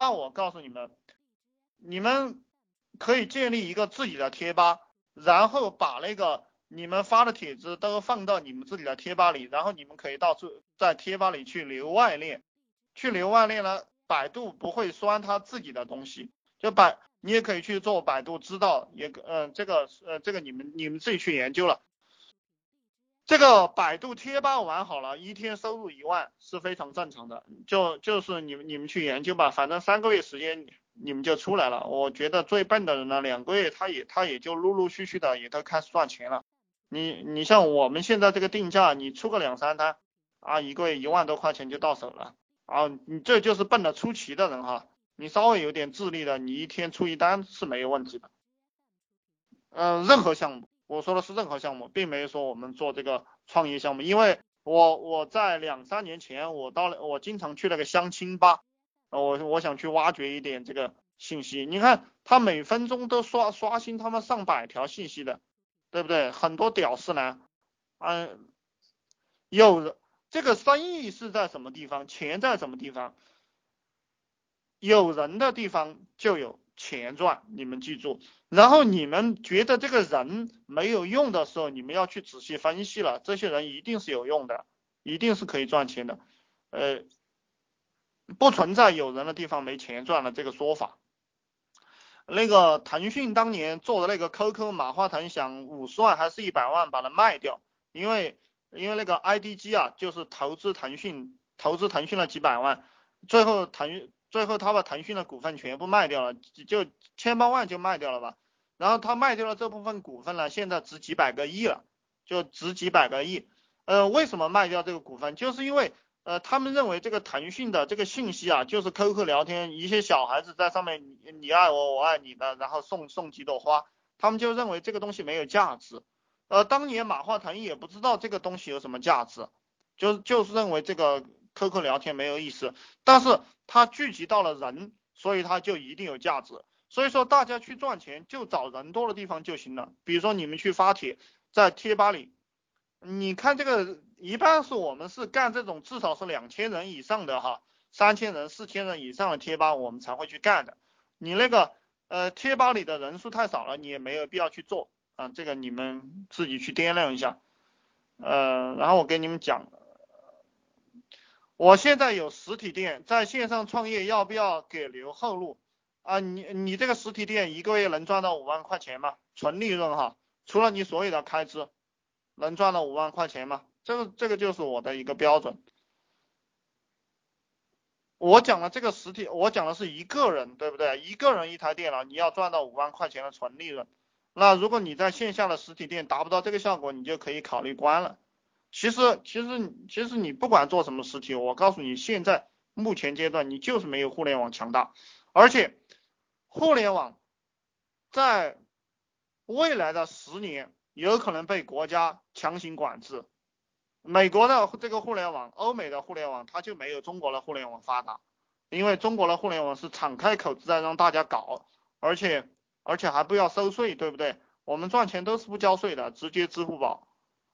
那我告诉你们，你们可以建立一个自己的贴吧，然后把那个你们发的帖子都放到你们自己的贴吧里，然后你们可以到处在贴吧里去留外链，呢，百度不会酸他自己的东西，你也可以去做百度知道，这个你们自己去研究了。这个百度贴吧玩好了，一天收入1万是非常正常的，就是你们去研究吧，反正3个月时间你们就出来了。我觉得最笨的人呢，2个月他也就陆陆续续的也都开始赚钱了。你像我们现在这个定价，你出个2-3单啊，一个月1万多块钱就到手了啊，你这就是奔着出奇的人哈，你稍微有点智力的，你一天出1单是没有问题的。任何项目，我说的是任何项目，并没有说我们做这个创业项目，因为我在2-3年前，我经常去那个相亲吧，我想去挖掘一点这个信息。你看他每分钟都刷新他们上百条信息的，对不对？很多屌丝男，嗯，这个生意是在什么地方，钱在什么地方？有人的地方就有钱赚，你们记住。然后你们觉得这个人没有用的时候，你们要去仔细分析了，这些人一定是有用的，一定是可以赚钱的。呃，不存在有人的地方没钱赚的这个说法。那个腾讯当年做的那个 QQ， 马化腾想50万还是100万把它卖掉，因为那个 IDG 啊，就是投资腾讯了几百万，最后他把腾讯的股份全部卖掉了，就千八万就卖掉了吧。然后他卖掉了这部分股份呢，现在值几百个亿了，就值几百个亿。为什么卖掉这个股份？就是因为他们认为这个腾讯的这个信息啊，就是 QQ 聊天，一些小孩子在上面你爱我，我爱你的，然后送几朵花，他们就认为这个东西没有价值。当年马化腾也不知道这个东西有什么价值，就是认为这个 QQ 聊天没有意思，但是他聚集到了人，所以他就一定有价值。所以说大家去赚钱就找人多的地方就行了，比如说你们去发帖，在贴吧里。你看这个，一般我们是干这种至少是2000人以上的哈，3000人、4000人以上的贴吧，我们才会去干的。你那个贴吧里的人数太少了，你也没有必要去做啊，这个你们自己去掂量一下。然后我跟你们讲，我现在有实体店，在线上创业要不要给留后路啊？你这个实体店一个月能赚到5万块钱吗？纯利润哈，除了你所有的开支。能赚到5万块钱吗？这个就是我的一个标准。我讲的这个实体，我讲的是一个人，对不对？一个人一台电脑，你要赚到5万块钱的纯利润。那如果你在线下的实体店达不到这个效果，你就可以考虑关了。其实你不管做什么实体，我告诉你，现在目前阶段你就是没有互联网强大，而且互联网在未来的10年有可能被国家强行管制。美国的这个互联网，欧美的互联网，它就没有中国的互联网发达，因为中国的互联网是敞开口子在让大家搞，而且还不要收税，对不对？我们赚钱都是不交税的，直接支付宝。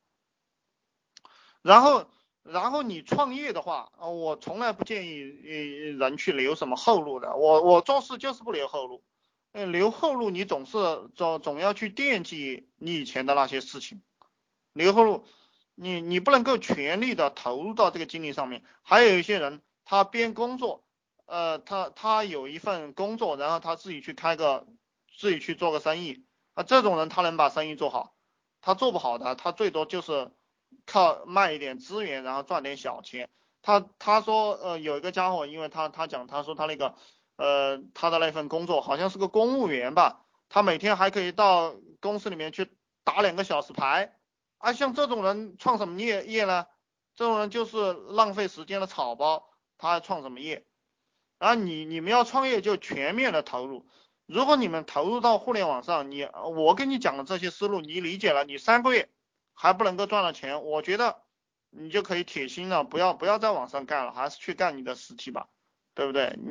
然后你创业的话，我从来不建议人去留什么后路的，我做事就是不留后路。留后路你总要去惦记你以前的那些事情，留后路。你不能够全力的投入到这个精力上面。还有一些人，他边工作，他有一份工作，然后他自己去做个生意啊，这种人他能把生意做好，他做不好的，他最多就是靠卖一点资源，然后赚点小钱。他说有一个家伙，因为他说他那个他的那份工作好像是个公务员吧，他每天还可以到公司里面去打2个小时牌。啊，像这种人创什么业呢？这种人就是浪费时间的草包，他还创什么业？然后你们要创业就全面的投入。如果你们投入到互联网上，我跟你讲的这些思路，你理解了，你3个月还不能够赚到钱，我觉得你就可以铁心了，不要在网上干了，还是去干你的实体吧，对不对？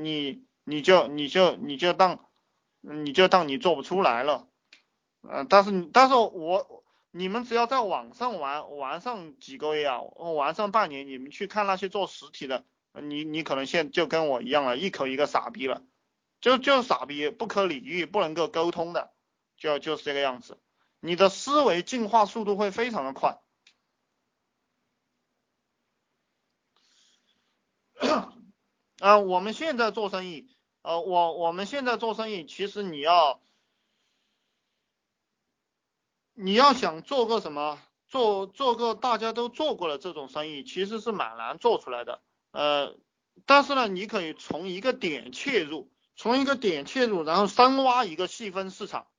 你就当你做不出来了。但是你们只要在网上玩上几个月啊，玩上半年，你们去看那些做实体的， 你可能现在就跟我一样了，一口一个傻逼了，就是傻逼，不可理喻，不能够沟通的，就是这个样子。你的思维进化速度会非常的快。我们现在做生意，我们现在做生意，其实你要想做个什么，做个大家都做过的这种生意，其实是蛮难做出来的。呃，但是呢，你可以从一个点切入，然后深挖一个细分市场，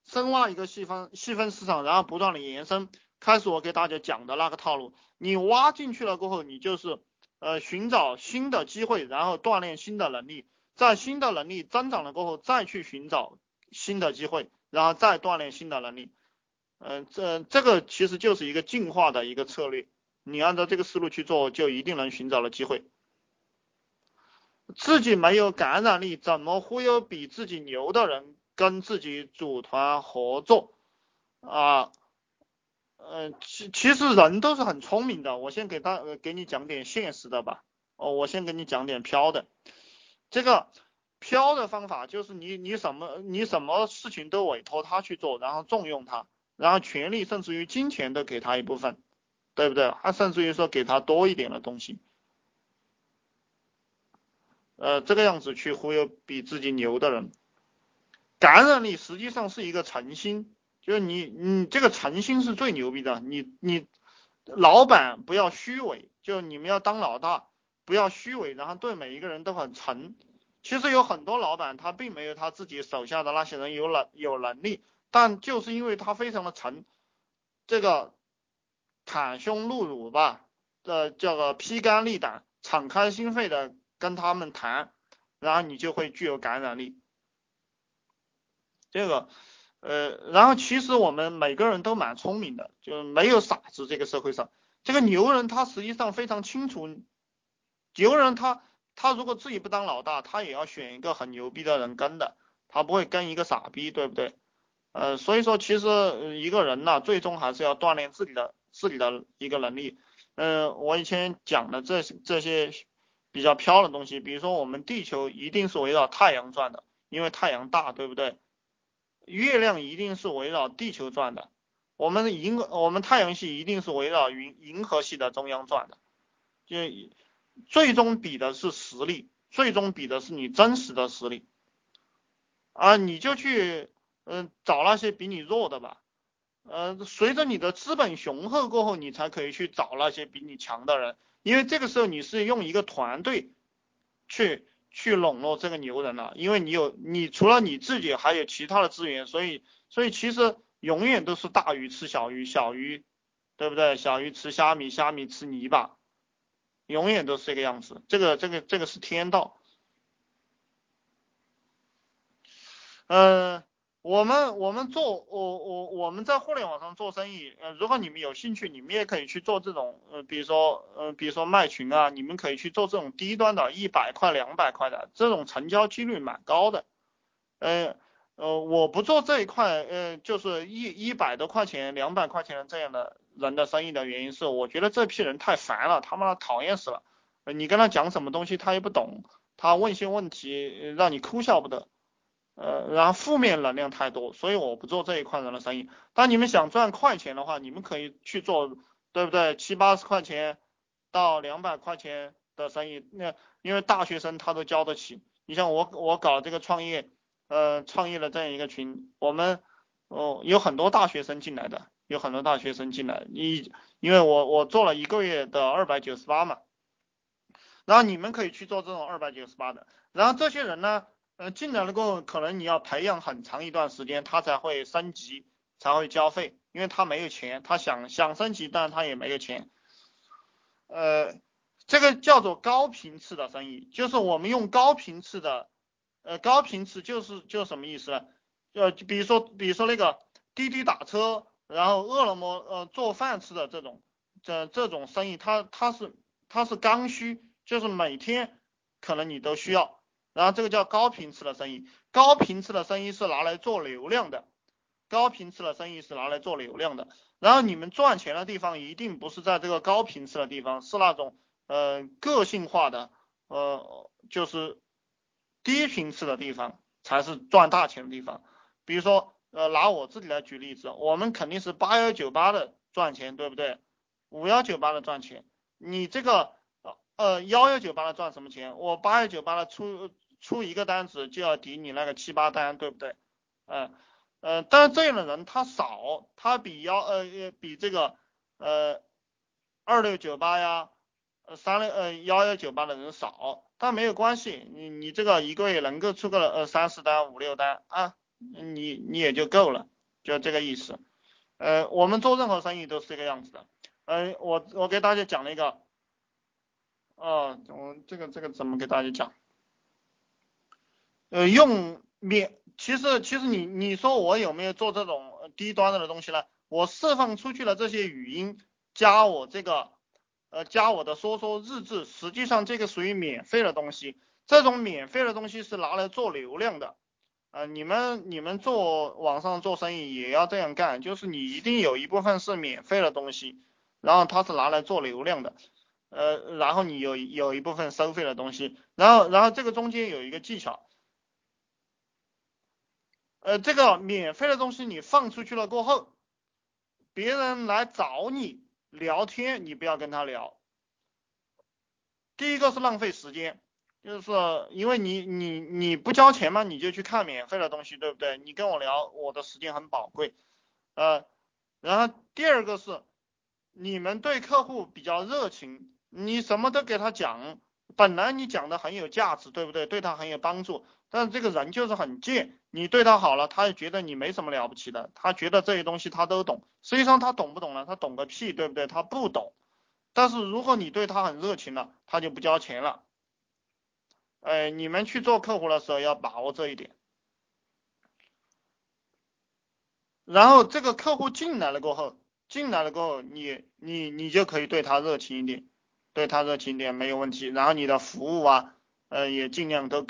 然后不断的延伸。开始我给大家讲的那个套路，你挖进去了过后，你就是寻找新的机会，然后锻炼新的能力，在新的能力增长了过后，再去寻找新的机会，然后再锻炼新的能力。这个其实就是一个进化的一个策略，你按照这个思路去做，就一定能寻找到机会。自己没有感染力，怎么忽悠比自己牛的人跟自己组团合作啊？其实人都是很聪明的。我先给你讲点现实的吧。我先给你讲点飘的。这个飘的方法就是你什么事情都委托他去做，然后重用他，然后权利甚至于金钱都给他一部分，对不对？还甚至于说给他多一点的东西。这个样子去忽悠比自己牛的人。感染力实际上是一个诚心，就是你这个诚心是最牛逼的。你老板不要虚伪，就你们要当老大，不要虚伪，然后对每一个人都很诚。其实有很多老板他并没有他自己手下的那些人有能力，但就是因为他非常的诚，这个袒胸露乳吧，叫做披肝沥胆，敞开心扉的跟他们谈，然后你就会具有感染力。这个，然后其实我们每个人都蛮聪明的，就没有傻子。这个社会上，这个牛人他实际上非常清楚，牛人他如果自己不当老大，他也要选一个很牛逼的人跟的，他不会跟一个傻逼，对不对？所以说其实一个人呢，最终还是要锻炼自己的一个能力。我以前讲的这些比较飘的东西，比如说我们地球一定是围绕太阳转的，因为太阳大，对不对？月亮一定是围绕地球转的，我们太阳系一定是围绕银河系的中央转的。就最终比的是实力，最终比的是你真实的实力。你就去找那些比你弱的吧。随着你的资本雄厚过后，你才可以去找那些比你强的人，因为这个时候你是用一个团队去笼络这个牛人了，因为你除了你自己还有其他的资源，所以其实永远都是大鱼吃小鱼，小鱼对不对？小鱼吃虾米，虾米吃泥巴，永远都是这个样子。这个是天道。呃，我们在互联网上做生意。如果你们有兴趣，你们也可以去做这种，比如说卖群啊，你们可以去做这种低端的100块、200块的，这种成交几率蛮高的。呃我不做这一块，就是100多块钱、200块钱的这样的人的生意的原因是，我觉得这批人太烦了，他妈讨厌死了。你跟他讲什么东西他也不懂，他问些问题让你哭笑不得。然后负面能量太多，所以我不做这一块人的生意。当你们想赚快钱的话，你们可以去做，对不对？70-80块钱到200块钱的生意，那因为大学生他都交得起。你像我搞这个创业，创业的这样一个群，我们有很多大学生进来的，有很多大学生进来。因为我做了1个月的298嘛，然后你们可以去做这种298的。然后这些人呢，进来了过后，可能你要培养很长一段时间，他才会升级，才会交费，因为他没有钱，他想升级，但是他也没有钱。呃，这个叫做高频次的生意，就是我们用高频次的，高频次就是什么意思呢？比如说那个滴滴打车，然后饿了么做饭吃的这种生意，它是刚需，就是每天可能你都需要。然后这个叫高频次的生意，高频次的生意是拿来做流量的，高频次的生意是拿来做流量的。然后你们赚钱的地方一定不是在这个高频次的地方，是那种个性化的就是低频次的地方才是赚大钱的地方。比如说拿我自己来举例子，我们肯定是8198的赚钱，对不对？5198的赚钱，你这个1198的赚什么钱？我8198的出一个单子就要抵你那个7、8单，对不对？但是这样的人他少，他比这个2698呀1198的人少，但没有关系，你这个一个月能够出个3、4单、5、6单啊，你也就够了，就这个意思。我们做任何生意都是这个样子的。我给大家讲了一个，我这个怎么给大家讲？其实你说我有没有做这种低端的东西呢？我释放出去的这些语音加我的说日志，实际上这个属于免费的东西。这种免费的东西是拿来做流量的。你们做网上做生意也要这样干，就是你一定有一部分是免费的东西，然后它是拿来做流量的。然后你有一部分收费的东西，然后这个中间有一个技巧。这个免费的东西你放出去了过后，别人来找你聊天，你不要跟他聊。第一个是浪费时间，就是因为你不交钱嘛，你就去看免费的东西，对不对？你跟我聊，我的时间很宝贵。然后第二个是你们对客户比较热情，你什么都给他讲，本来你讲的很有价值，对不对？对他很有帮助，但是这个人就是很贱，你对他好了，他也觉得你没什么了不起的，他觉得这些东西他都懂，实际上他懂不懂呢？他懂个屁，对不对？他不懂。但是如果你对他很热情了，他就不交钱了。你们去做客户的时候要把握这一点。然后这个客户进来了过后，你就可以对他热情一点，对他热情一点没有问题。然后你的服务啊，也尽量都